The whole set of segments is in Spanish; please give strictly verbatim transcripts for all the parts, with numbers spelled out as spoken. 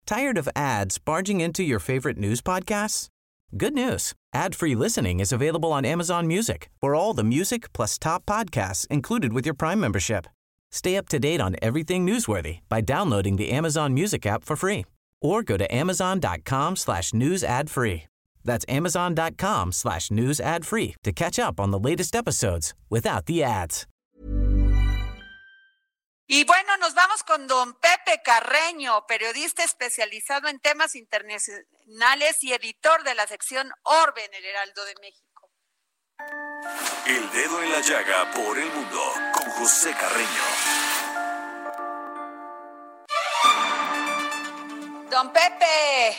Tired of ads barging into your favorite news podcasts? Good news. Ad-free listening is available on Amazon Music for all the music plus top podcasts included with your Prime membership. Stay up to date on everything newsworthy by downloading the Amazon Music app for free or go to amazon.com slash news ad free. That's amazon.com slash news ad free to catch up on the latest episodes without the ads. Y bueno, nos vamos con don Pepe Carreño, periodista especializado en temas internacionales y editor de la sección Orbe en el Heraldo de México. El dedo en la llaga por el mundo con José Carreño. Don Pepe.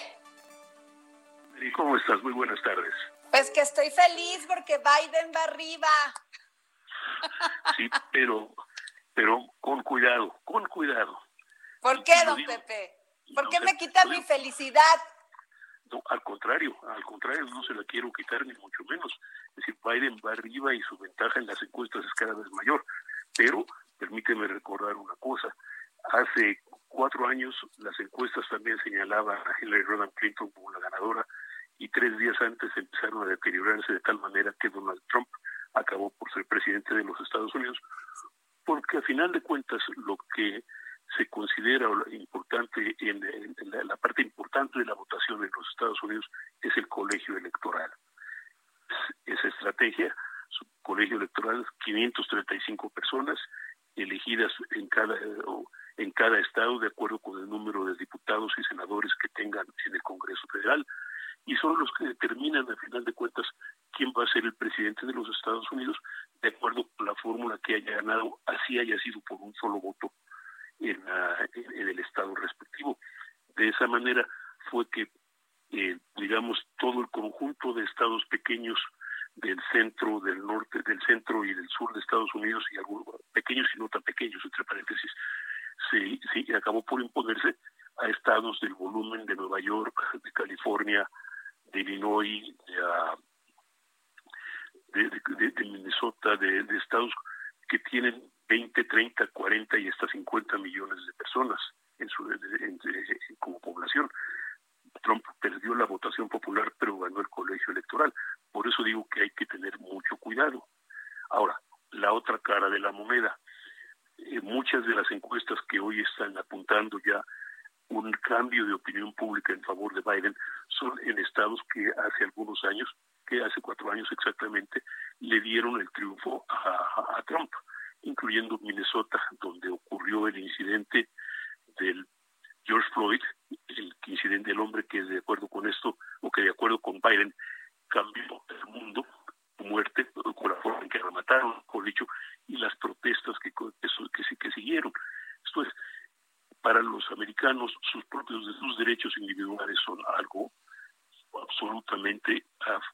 ¿Y cómo estás? Muy buenas tardes. Pues que estoy feliz porque Biden va arriba. Sí, pero... Pero con cuidado, con cuidado. ¿Por qué, don digo, Pepe? ¿Por qué me quitas mi felicidad? No, al contrario, al contrario, no se la quiero quitar ni mucho menos. Es decir, Biden va arriba y su ventaja en las encuestas es cada vez mayor. Pero permíteme recordar una cosa. Hace cuatro años las encuestas también señalaban a Hillary Rodham Clinton como la ganadora y tres días antes empezaron a deteriorarse de tal manera que Donald Trump acabó por ser presidente de los Estados Unidos. Porque a final de cuentas lo que se considera importante en, en, en la, la parte importante de la votación en los Estados Unidos es el colegio electoral. Esa estrategia, su colegio electoral, quinientas treinta y cinco personas elegidas en cada en cada estado de acuerdo con el número de diputados y senadores que tengan en el Congreso Federal, y son los que determinan a final de cuentas quién va a ser el presidente de los Estados Unidos de acuerdo con la fórmula que haya ganado, así haya sido por un solo voto en, uh, en, en el estado respectivo. De esa manera fue que, eh, digamos, todo el conjunto de estados pequeños del centro, del norte, del centro y del sur de Estados Unidos, y algunos pequeños y no tan pequeños, entre paréntesis, se, se acabó por imponerse a estados del volumen de Nueva York, de California, de Illinois, de, uh, de, de, de Minnesota, de, de estados que tienen veinte, treinta, cuarenta y hasta cincuenta millones de personas en su, en, en, en, como población. Trump perdió la votación popular, pero ganó el colegio electoral. Por eso digo que hay que tener mucho cuidado. Ahora, la otra cara de la moneda. Eh, muchas de las encuestas que hoy están apuntando ya un cambio de opinión pública en favor de Biden son en estados que hace algunos años, que hace cuatro años exactamente, le dieron el triunfo a, a, a Trump, incluyendo Minnesota, donde ocurrió el incidente del George Floyd, el incidente del hombre que de acuerdo con esto, o que de acuerdo con Biden, cambió el mundo, muerte, con la forma en que lo mataron, mejor dicho, y las protestas que, que, que, que siguieron. Esto es, para los americanos, sus propios sus derechos individuales son algo absolutamente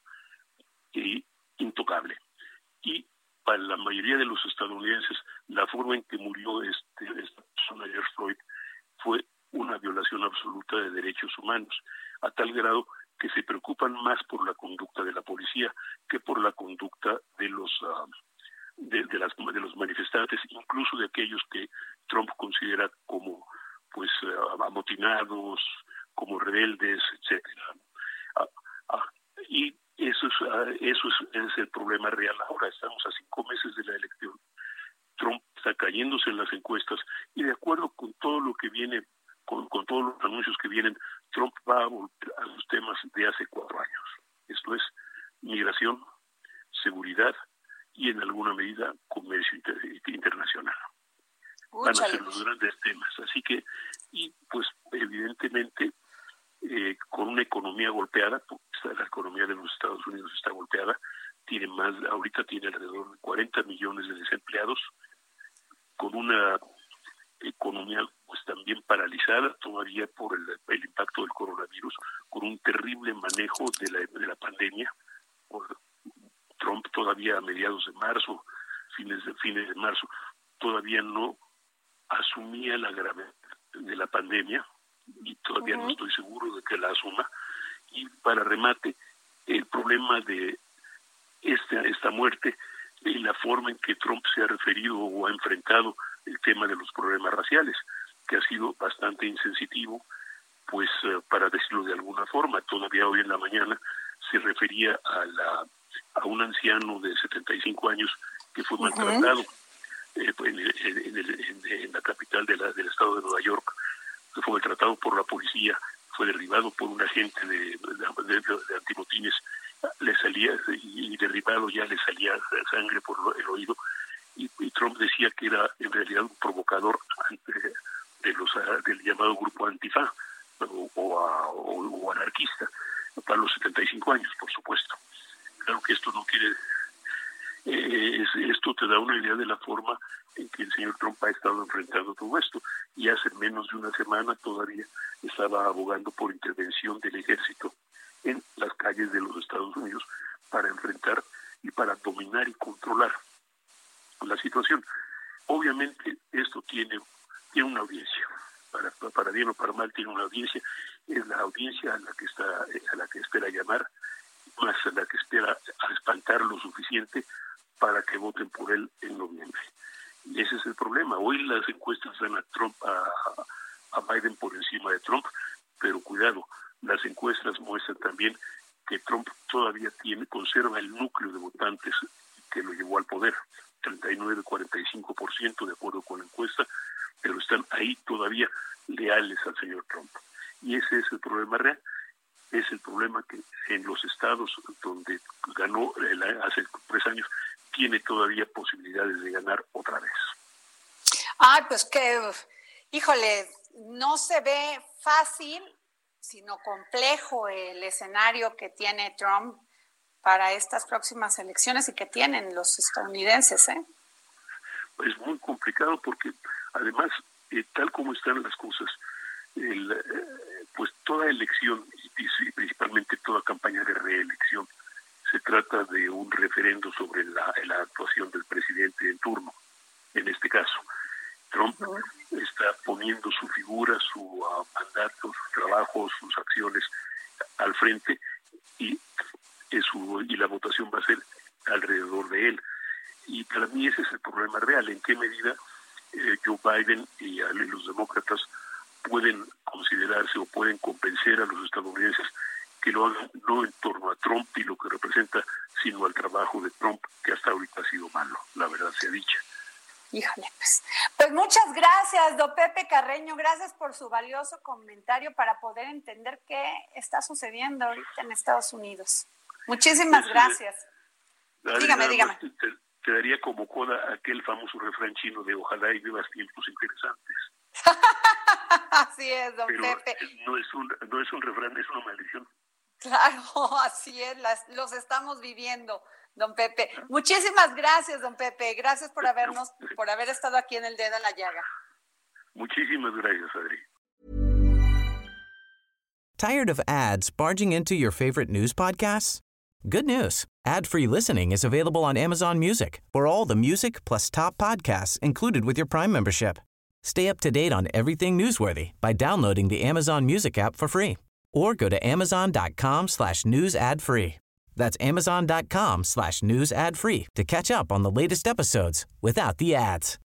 uh, eh, intocable. Y para la mayoría de los estadounidenses, la forma en que murió este, esta persona, George Floyd, fue una violación absoluta de derechos humanos, a tal grado que se preocupan más por la conducta de la policía que por la conducta de los uh, de, de, las, de los manifestantes, incluso de aquellos que Trump considera como pues uh, amotinados, como rebeldes, etcétera. Uh, uh, y eso es, uh, eso es, es el problema real. Ahora estamos a cinco meses de la elección. Trump está cayéndose en las encuestas y de acuerdo con todo lo que viene, con, con todos los anuncios que vienen, Trump va a volver a los temas de hace cuatro años. Esto es migración, seguridad y en alguna medida comercio inter, internacional. Van a ser los grandes temas. Así que, y pues evidentemente, eh, con una economía golpeada, porque la economía de los Estados Unidos está golpeada, tiene más, ahorita tiene alrededor de cuarenta millones de desempleados, con una economía pues también paralizada todavía por el, el impacto del coronavirus, con un terrible manejo de la, de la pandemia, por Trump todavía a mediados de marzo, fines de fines de marzo, todavía no asumía la gravedad de la pandemia y todavía uh-huh. no estoy seguro de que la asuma. Y para remate, el problema de esta, esta muerte y la forma en que Trump se ha referido o ha enfrentado el tema de los problemas raciales, que ha sido bastante insensitivo, pues decirlo de alguna forma. Todavía hoy en la mañana se refería a la a un anciano de setenta y cinco años que fue maltratado eh, en, en, en, en, en la capital de la, del estado de Nueva York, que fue maltratado por la policía, fue derribado por un agente de, de, de, de antimotines, le salía, y derribado ya le salía sangre por el oído, y, y Trump decía que era en realidad un provocador de, de los del llamado grupo Antifa o, o, o, o anarquista, para los setenta y cinco años, por supuesto. Claro que esto no quiere, eh, es, esto te da una idea de la forma en que el señor Trump ha estado enfrentando todo esto, y hace menos de una semana todavía estaba abogando por intervención del ejército en las calles de los Estados Unidos para enfrentar y para dominar y controlar la situación. Obviamente esto tiene, tiene una audiencia, para, para bien o para mal tiene una audiencia, es la audiencia a la que está, a la que espera llamar, más a la que espera a espantar lo suficiente para que voten por él en noviembre. Y ese es el problema. Hoy las encuestas dan a Trump, a, a Biden por encima de Trump, pero cuidado, las encuestas muestran también que Trump todavía tiene, conserva el núcleo de votantes que lo llevó al poder, treinta y nueve a cuarenta y cinco por ciento de acuerdo con la encuesta, pero están ahí todavía leales al señor Trump. Y ese es el problema real. Es el problema que en los estados donde ganó hace tres años tiene todavía posibilidades de ganar otra vez. Ay, pues que, híjole, no se ve fácil, sino complejo el escenario que tiene Trump para estas próximas elecciones y que tienen los estadounidenses, ¿eh? Es muy complicado porque además, eh, tal como están las cosas, el, eh, pues toda elección y principalmente toda campaña de reelección se trata de un referendo sobre la, la actuación del presidente en turno. En este caso, Trump uh-huh. está poniendo su figura, su uh, mandato, su trabajo, sus acciones al frente, y, es su, y la votación va a ser alrededor de él. Y para mí ese es el problema real, en qué medida eh, Joe Biden y, uh, y los demócratas pueden considerarse o pueden convencer a los estadounidenses que lo hagan no en torno a Trump y lo que representa, sino al trabajo de Trump, que hasta ahorita ha sido malo, la verdad sea dicha. Híjole, pues, pues muchas gracias, don Pepe Carreño, gracias por su valioso comentario para poder entender qué está sucediendo ahorita en Estados Unidos. Muchísimas es, gracias. Dale, dígame, dígame. Te, te daría como coda aquel famoso refrán chino de ojalá y vivas tiempos interesantes. Así es, don Pero Pepe. No es un, no es un refrán, es una maldición. Claro, así es, las, los estamos viviendo, don Pepe. Muchísimas gracias, don Pepe. Gracias por habernos, por haber estado aquí en El Dedo en la Llaga. Muchísimas gracias, Adri. Tired of ads barging into your favorite news podcasts? Good news. Ad-free listening is available on Amazon Music for all the music plus top podcasts included with your Prime membership. Stay up to date on everything newsworthy by downloading the Amazon Music app for free or go to amazon.com slash news ad free. That's amazon.com slash news ad free to catch up on the latest episodes without the ads.